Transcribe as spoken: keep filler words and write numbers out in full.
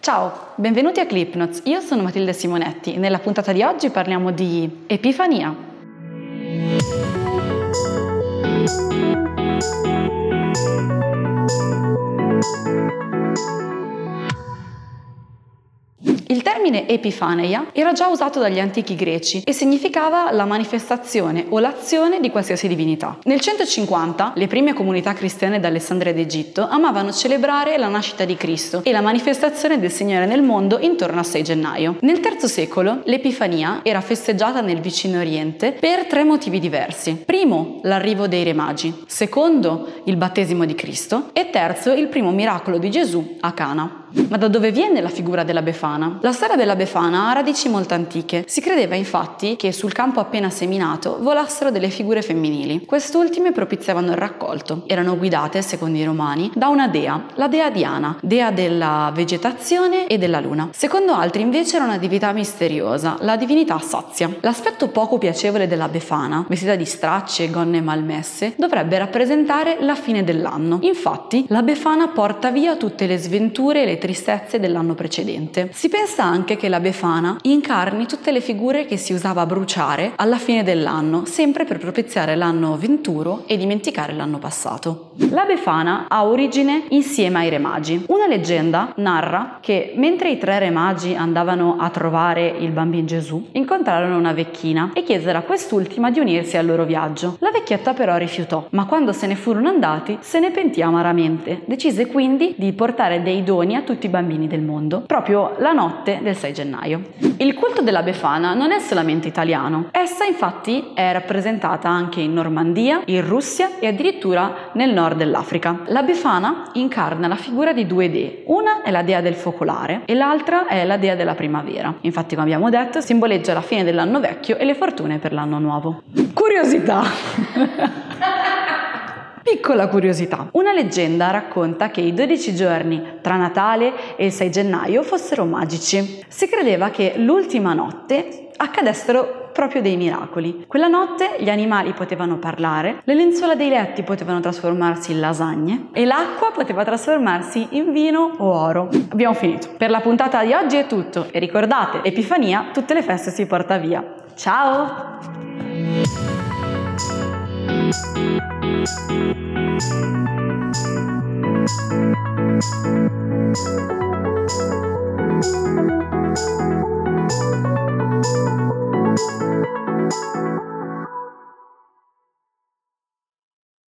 Ciao, benvenuti a ClipNotes, io sono Matilde Simonetti e nella puntata di oggi parliamo di Epifania. Il termine Epifaneia era già usato dagli antichi greci e significava la manifestazione o l'azione di qualsiasi divinità. Nel centocinquanta le prime comunità cristiane d'Alessandria d'Egitto amavano celebrare la nascita di Cristo e la manifestazione del Signore nel mondo intorno al sei gennaio. Nel terzo secolo l'Epifania era festeggiata nel vicino Oriente per tre motivi diversi. Primo, l'arrivo dei Re Magi. Secondo, il battesimo di Cristo. E terzo, il primo miracolo di Gesù a Cana. Ma da dove viene la figura della Befana? La storia della Befana ha radici molto antiche. Si credeva infatti che sul campo appena seminato volassero delle figure femminili. Quest'ultime propiziavano il raccolto. Erano guidate, secondo i romani, da una dea, la dea Diana, dea della vegetazione e della luna. Secondo altri invece era una divinità misteriosa, la divinità Sazia. L'aspetto poco piacevole della Befana, vestita di stracci e gonne malmesse, dovrebbe rappresentare la fine dell'anno. Infatti, la Befana porta via tutte le sventure e le tristezze dell'anno precedente. Si pensa anche che la Befana incarni tutte le figure che si usava a bruciare alla fine dell'anno, sempre per propiziare l'anno venturo e dimenticare l'anno passato. La Befana ha origine insieme ai Re Magi. Una leggenda narra che mentre i tre Re Magi andavano a trovare il bambino Gesù, incontrarono una vecchina e chiesero a quest'ultima di unirsi al loro viaggio. La vecchietta però rifiutò, ma quando se ne furono andati se ne pentì amaramente. Decise quindi di portare dei doni a tutti i bambini del mondo, proprio la notte del sei gennaio. Il culto della Befana non è solamente italiano. Essa infatti è rappresentata anche in Normandia, in Russia e addirittura nel nord dell'Africa. La Befana incarna la figura di due dee. Una è la dea del focolare e l'altra è la dea della primavera. Infatti, come abbiamo detto, simboleggia la fine dell'anno vecchio e le fortune per l'anno nuovo. Curiosità! Piccola curiosità. Una leggenda racconta che i dodici giorni tra Natale e il sei gennaio fossero magici. Si credeva che l'ultima notte accadessero proprio dei miracoli. Quella notte gli animali potevano parlare, le lenzuola dei letti potevano trasformarsi in lasagne e l'acqua poteva trasformarsi in vino o oro. Abbiamo finito. Per la puntata di oggi è tutto e ricordate, Epifania, tutte le feste si porta via. Ciao! Thank you.